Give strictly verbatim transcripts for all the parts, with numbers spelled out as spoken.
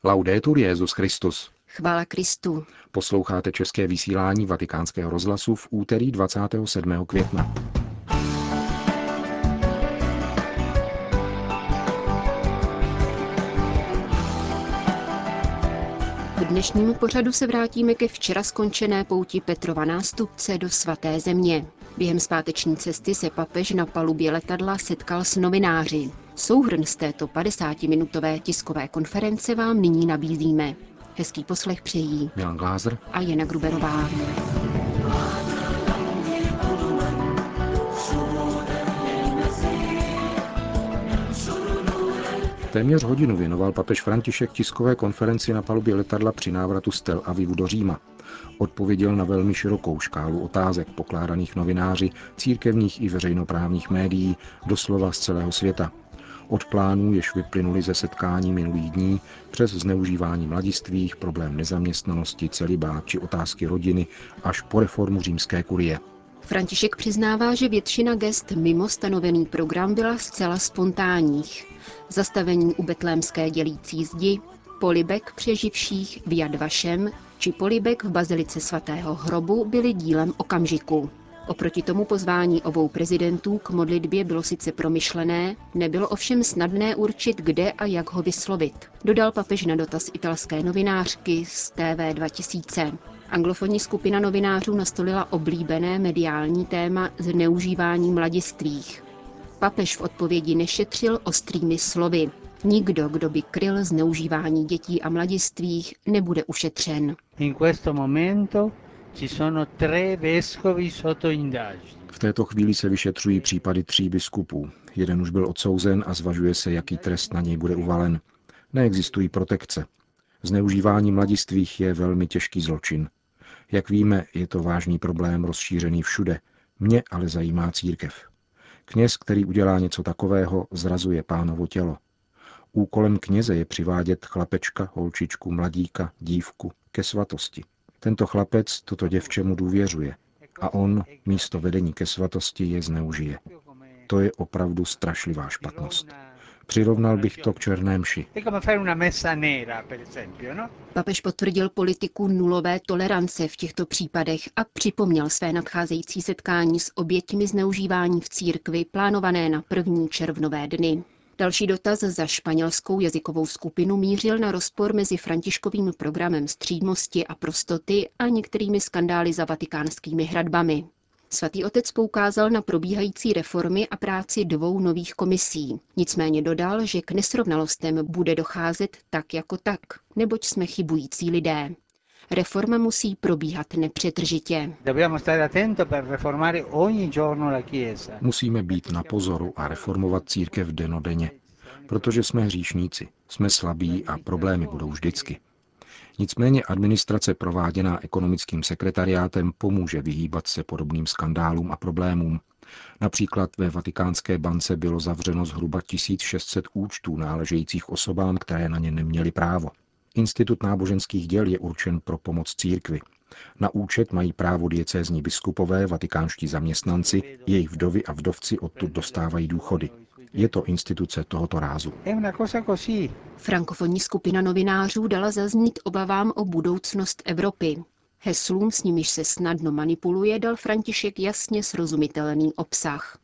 Laudetur Jesus Christus. Chvála Kristu. Posloucháte české vysílání Vatikánského rozhlasu v úterý dvacátého sedmého května. V dnešním pořadu se vrátíme ke včera skončené pouti Petrova nástupce do svaté země. Během zpáteční cesty se papež na palubě letadla setkal s novináři. Souhrn z této padesátiminutové tiskové konference vám nyní nabízíme. Hezký poslech přejí Milan Glázer a Jana Gruberová. Téměř hodinu věnoval papež František tiskové konferenci na palubě letadla při návratu z Tel Avivu do Říma. Odpověděl na velmi širokou škálu otázek pokládaných novináři, církevních i veřejnoprávních médií, doslova z celého světa. Od plánů, jež vyplynuli ze setkání minulých dní, přes zneužívání mladistvých, problém nezaměstnanosti, celibát či otázky rodiny, až po reformu římské kurie. František přiznává, že většina gest mimo stanovený program byla zcela spontánních. Zastavení u betlémské dělící zdi, polibek přeživších v Yad Vašem či polibek v bazilice svatého hrobu byly dílem okamžiku. Oproti tomu pozvání obou prezidentů k modlitbě bylo sice promyšlené, nebylo ovšem snadné určit, kde a jak ho vyslovit, dodal papež na dotaz italské novinářky z T V dva tisíce. Anglofonní skupina novinářů nastolila oblíbené mediální téma zneužívání mladistvých. Papež v odpovědi nešetřil ostrými slovy. Nikdo, kdo by kryl zneužívání dětí a mladistvých, nebude ušetřen. V této chvíli se vyšetřují případy tří biskupů. Jeden už byl odsouzen a zvažuje se, jaký trest na něj bude uvalen. Neexistují protekce. Zneužívání mladistvých je velmi těžký zločin. Jak víme, je to vážný problém rozšířený všude. Mě ale zajímá církev. Kněz, který udělá něco takového, zrazuje Pánovo tělo. Úkolem kněze je přivádět chlapečka, holčičku, mladíka, dívku ke svatosti. Tento chlapec toto děvče mu důvěřuje a on místo vedení ke svatosti je zneužije. To je opravdu strašlivá špatnost. Přirovnal bych to k černé mši. Papež potvrdil politiku nulové tolerance v těchto případech a připomněl své nadcházející setkání s oběťmi zneužívání v církvi plánované na první červnové dny. Další dotaz za španělskou jazykovou skupinu mířil na rozpor mezi františkovým programem střídmosti a prostoty a některými skandály za vatikánskými hradbami. Svatý otec poukázal na probíhající reformy a práci dvou nových komisí. Nicméně dodal, že k nesrovnalostem bude docházet tak jako tak, neboť jsme chybující lidé. Reforma musí probíhat nepřetržitě. Musíme být na pozoru a reformovat církev dennodenně, protože jsme hříšníci, jsme slabí a problémy budou vždycky. Nicméně administrace prováděná ekonomickým sekretariátem pomůže vyhýbat se podobným skandálům a problémům. Například ve Vatikánské bance bylo zavřeno zhruba tisíc šest set účtů náležejících osobám, které na ně neměly právo. Institut náboženských děl je určen pro pomoc církvi. Na účet mají právo diecézní biskupové, vatikánští zaměstnanci, jejich vdovy a vdovci odtud dostávají důchody. Je to instituce tohoto rázu. Frankofonní skupina novinářů dala zaznít obavám o budoucnost Evropy. Heslům, s nimiž se snadno manipuluje, dal František jasně srozumitelný obsah.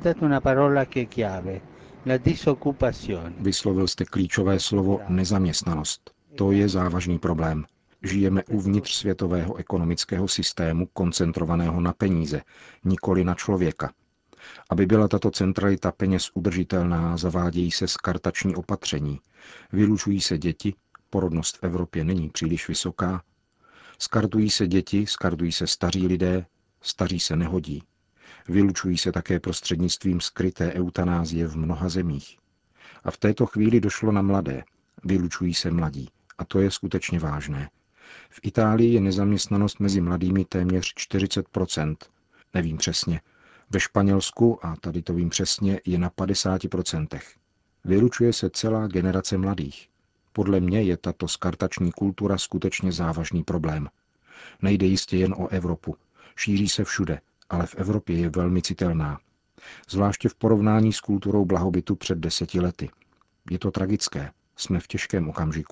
Vyslovil jste klíčové slovo nezaměstnanost. To je závažný problém. Žijeme uvnitř světového ekonomického systému koncentrovaného na peníze, nikoli na člověka. Aby byla tato centralita peněz udržitelná, zavádějí se skartační opatření. Vylučují se děti, porodnost v Evropě není příliš vysoká. Skartují se děti, skartují se staří lidé, staří se nehodí. Vylučují se také prostřednictvím skryté eutanázie v mnoha zemích. A v této chvíli došlo na mladé. Vylučují se mladí. A to je skutečně vážné. V Itálii je nezaměstnanost mezi mladými téměř čtyřicet procent. Nevím přesně. Ve Španělsku, a tady to vím přesně, je na padesát procent. Vylučuje se celá generace mladých. Podle mě je tato skartační kultura skutečně závažný problém. Nejde jistě jen o Evropu. Šíří se všude, ale v Evropě je velmi citelná. Zvláště v porovnání s kulturou blahobytu před deseti lety. Je to tragické. Jsme v těžkém okamžiku.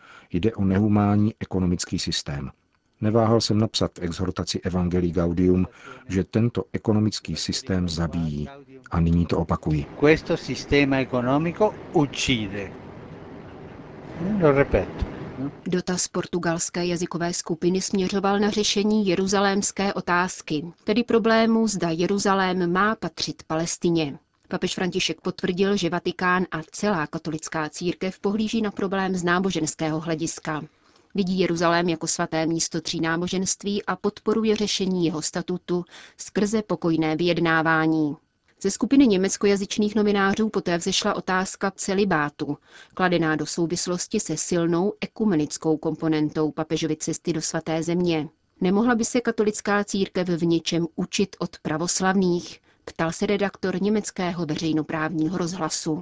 Jde o nehumánní ekonomický systém. Neváhal jsem napsat v exhortaci Evangelii Gaudium, že tento ekonomický systém zabíjí. A nyní to opakuji. Questo sistema economico uccide. Lo ripeto. Dotaz portugalské jazykové skupiny směřoval na řešení jeruzalémské otázky, tedy problému, zda Jeruzalém má patřit Palestině. Papež František potvrdil, že Vatikán a celá katolická církev pohlíží na problém z náboženského hlediska. Vidí Jeruzalém jako svaté místo tří náboženství a podporuje řešení jeho statutu skrze pokojné vyjednávání. Ze skupiny německojazyčných novinářů poté vzešla otázka celibátu, kladená do souvislosti se silnou ekumenickou komponentou papežovy cesty do svaté země. Nemohla by se katolická církev v něčem učit od pravoslavných? Ptal se redaktor německého veřejnoprávního rozhlasu.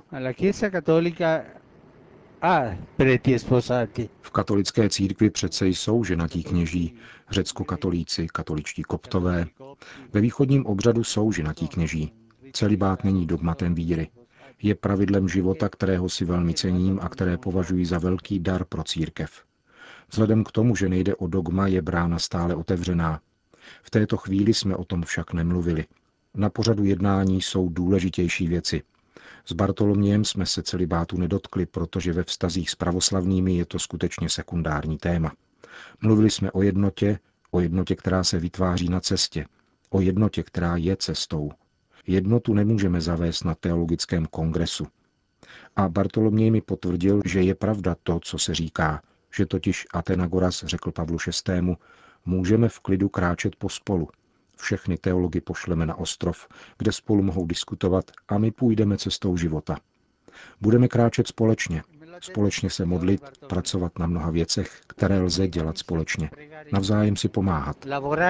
V katolické církvi přece jsou ženatí kněží, řeckokatolíci, katoličtí koptové. Ve východním obřadu jsou ženatí kněží. Celibát není dogmatem víry. Je pravidlem života, kterého si velmi cením a které považuji za velký dar pro církev. Vzhledem k tomu, že nejde o dogma, je brána stále otevřená. V této chvíli jsme o tom však nemluvili. Na pořadu jednání jsou důležitější věci. S Bartolomějem jsme se celibátu nedotkli, protože ve vztazích s pravoslavnými je to skutečně sekundární téma. Mluvili jsme o jednotě, o jednotě, která se vytváří na cestě, o jednotě, která je cestou. Jednotu nemůžeme zavést na teologickém kongresu. A Bartoloměj mi potvrdil, že je pravda to, co se říká, že totiž Athenagoras řekl Pavlu šestému, můžeme v klidu kráčet pospolu. Všechny teology pošleme na ostrov, kde spolu mohou diskutovat a my půjdeme cestou života. Budeme kráčet společně, společně se modlit, pracovat na mnoha věcech, které lze dělat společně, navzájem si pomáhat.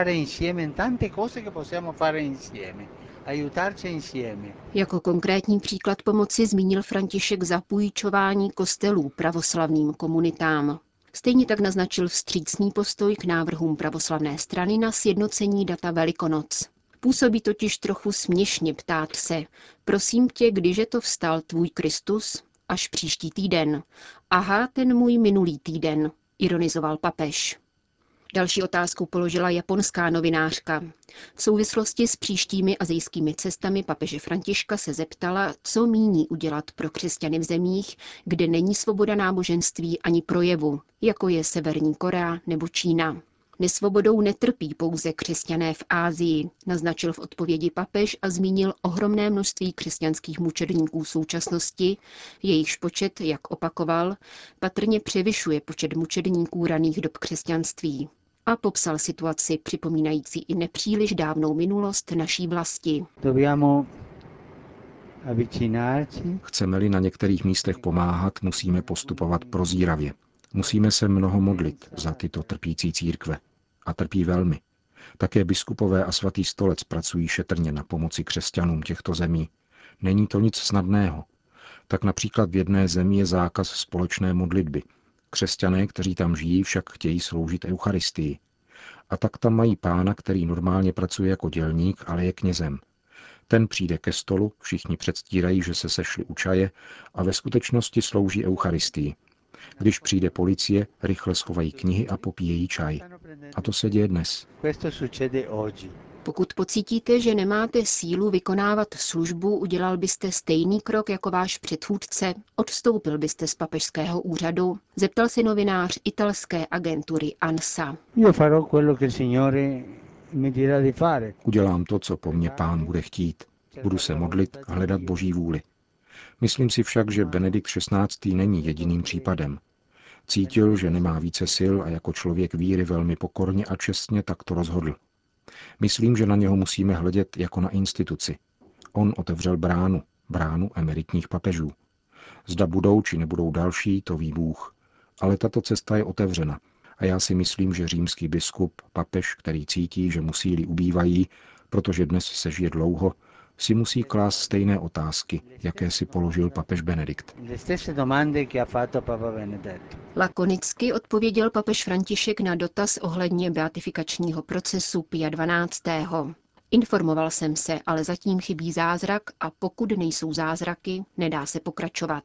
Jako konkrétní příklad pomoci zmínil František zapůjčování kostelů pravoslavným komunitám. Stejně tak naznačil vstřícný postoj k návrhům pravoslavné strany na sjednocení data Velikonoc. Působí totiž trochu směšně ptát se, prosím tě, když je to vstal tvůj Kristus? Až příští týden. Aha, ten můj minulý týden, ironizoval papež. Další otázku položila japonská novinářka. V souvislosti s příštími asijskými cestami papeže Františka se zeptala, co míní udělat pro křesťany v zemích, kde není svoboda náboženství ani projevu, jako je Severní Korea nebo Čína. Nesvobodou netrpí pouze křesťané v Asii, naznačil v odpovědi papež a zmínil ohromné množství křesťanských mučedníků současnosti, jejichž počet, jak opakoval, patrně převyšuje počet mučedníků raných dob křesťanství. A popsal situaci připomínající i nepříliš dávnou minulost naší vlasti. Chceme-li na některých místech pomáhat, musíme postupovat prozíravě. Musíme se mnoho modlit za tyto trpící církve. A trpí velmi. Také biskupové a svatý stolec pracují šetrně na pomoci křesťanům těchto zemí. Není to nic snadného. Tak například v jedné zemi je zákaz společné modlitby. Křesťané, kteří tam žijí, však chtějí sloužit eucharistii. A tak tam mají pána, který normálně pracuje jako dělník, ale je knězem. Ten přijde ke stolu, všichni předstírají, že se sešli u čaje a ve skutečnosti slouží eucharistii. Když přijde policie, rychle schovají knihy a popíjejí čaj. A to se děje dnes. Pokud pocítíte, že nemáte sílu vykonávat službu, udělal byste stejný krok jako váš předchůdce? Odstoupil byste z papežského úřadu? Zeptal se novinář italské agentury ANSA. Udělám to, co po mně pán bude chtít. Budu se modlit a hledat boží vůli. Myslím si však, že Benedikt šestnáctý není jediným případem. Cítil, že nemá více sil a jako člověk víry velmi pokorně a čestně tak to rozhodl. Myslím, že na něho musíme hledět jako na instituci. On otevřel bránu, bránu emeritních papežů. Zda budou či nebudou další, to ví Bůh. Ale tato cesta je otevřena. A já si myslím, že římský biskup, papež, který cítí, že mu síly ubývají, protože dnes se žije dlouho, si musí klást stejné otázky, jaké si položil papež Benedikt. Lakonicky odpověděl papež František na dotaz ohledně beatifikačního procesu Pia dvanáctého. Informoval jsem se, ale zatím chybí zázrak a pokud nejsou zázraky, nedá se pokračovat.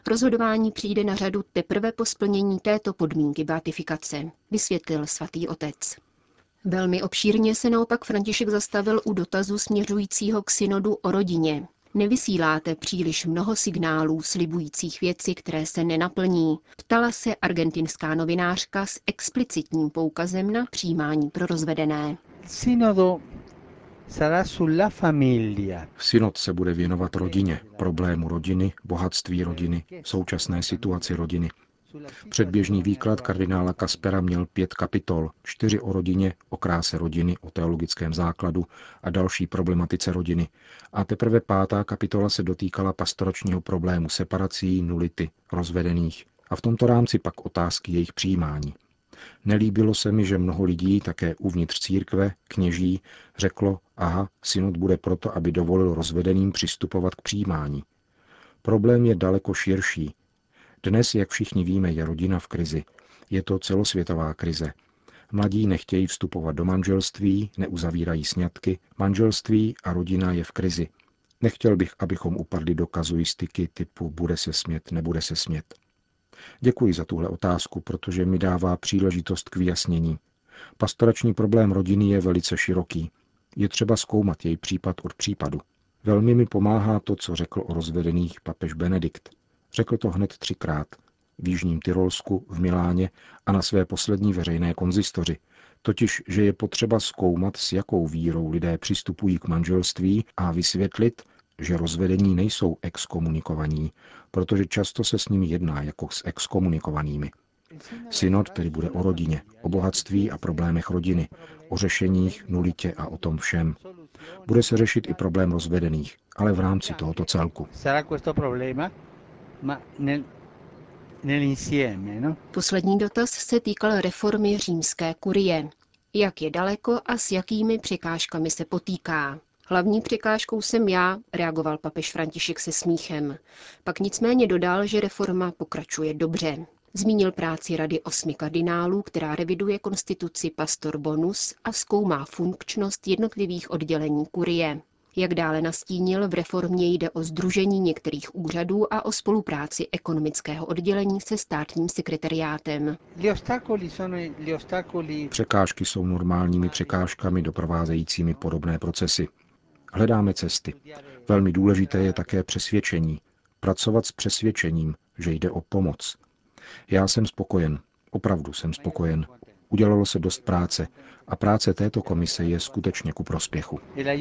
Rozhodování přijde na řadu teprve po splnění této podmínky beatifikace, vysvětlil svatý otec. Velmi obšírně se naopak František zastavil u dotazu směřujícího k synodu o rodině. Nevysíláte příliš mnoho signálů slibujících věci, které se nenaplní, ptala se argentinská novinářka s explicitním poukazem na přijímání pro rozvedené. Synodo sarà sulla famiglia. Synod se bude věnovat rodině, problému rodiny, bohatství rodiny, současné situaci rodiny. Předběžný výklad kardinála Kaspera měl pět kapitol, čtyři o rodině, o kráse rodiny, o teologickém základu a další problematice rodiny. A teprve pátá kapitola se dotýkala pastoračního problému separací, nulity, rozvedených a v tomto rámci pak otázky jejich přijímání. Nelíbilo se mi, že mnoho lidí, také uvnitř církve, kněží, řeklo, aha, synod bude proto, aby dovolil rozvedeným přistupovat k přijímání. Problém je daleko širší. Dnes, jak všichni víme, je rodina v krizi. Je to celosvětová krize. Mladí nechtějí vstupovat do manželství, neuzavírají sňatky, manželství a rodina je v krizi. Nechtěl bych, abychom upadli do kazuistiky typu bude se smět, nebude se smět. Děkuji za tuhle otázku, protože mi dává příležitost k vyjasnění. Pastorační problém rodiny je velice široký. Je třeba zkoumat jej případ od případu. Velmi mi pomáhá to, co řekl o rozvedených papež Benedikt. Řekl to hned třikrát. V Jižním Tyrolsku, v Miláně a na své poslední veřejné konzistoři. Totiž, že je potřeba zkoumat, s jakou vírou lidé přistupují k manželství a vysvětlit, že rozvedení nejsou exkomunikovaní, protože často se s nimi jedná jako s exkomunikovanými. Synod tedy bude o rodině, o bohatství a problémech rodiny, o řešeních, nulitě a o tom všem. Bude se řešit i problém rozvedených, ale v rámci tohoto celku. Poslední dotaz se týkal reformy římské kurie. Jak je daleko a s jakými překážkami se potýká? Hlavní překážkou jsem já, reagoval papež František se smíchem. Pak nicméně dodal, že reforma pokračuje dobře. Zmínil práci Rady osmi kardinálů, která reviduje konstituci Pastor Bonus a zkoumá funkčnost jednotlivých oddělení kurie. Jak dále nastínil, v reformě jde o sdružení některých úřadů a o spolupráci ekonomického oddělení se státním sekretariátem. Překážky jsou normálními překážkami doprovázejícími podobné procesy. Hledáme cesty. Velmi důležité je také přesvědčení. Pracovat s přesvědčením, že jde o pomoc. Já jsem spokojen. Opravdu jsem spokojen. Udělalo se dost práce a práce této komise je skutečně ku prospěchu.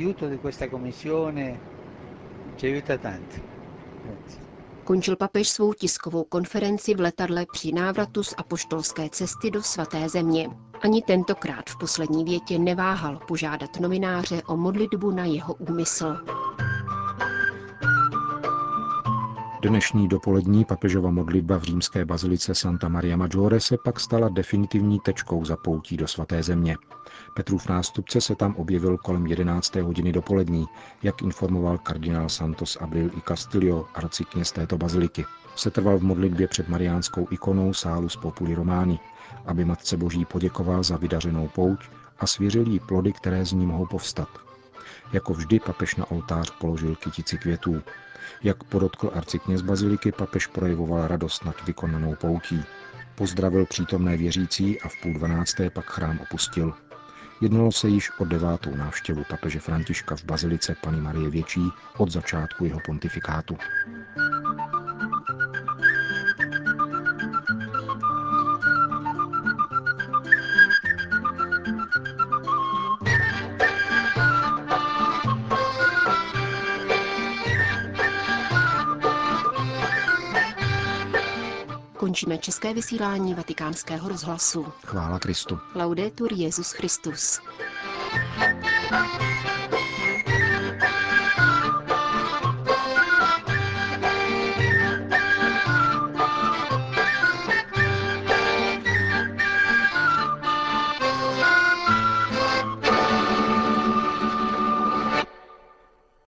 Končil papež svou tiskovou konferenci v letadle při návratu z apoštolské cesty do svaté země. Ani tentokrát v poslední větě neváhal požádat novináře o modlitbu na jeho úmysl. Dnešní dopolední papežova modlitba v římské bazilice Santa Maria Maggiore se pak stala definitivní tečkou za poutí do svaté země. Petrův nástupce se tam objevil kolem jedenácté hodiny dopolední, jak informoval kardinál Santos Abril y Castillo, arcikněz této baziliky. Setrval v modlitbě před mariánskou ikonou Salus Populi Romani, aby Matce Boží poděkoval za vydařenou pouť a svěřil jí plody, které z ní mohou povstat. Jako vždy papež na oltář položil kytici květů. Jak podotkl arcikněz baziliky, papež projevoval radost nad vykonanou poutí. Pozdravil přítomné věřící a v půl dvanácté pak chrám opustil. Jednalo se již o devátou návštěvu papeže Františka v bazilice Panny Marie Větší od začátku jeho pontifikátu. Končíme české vysílání Vatikánského rozhlasu. Chvála Kristu. Laudetur Jesus Christus.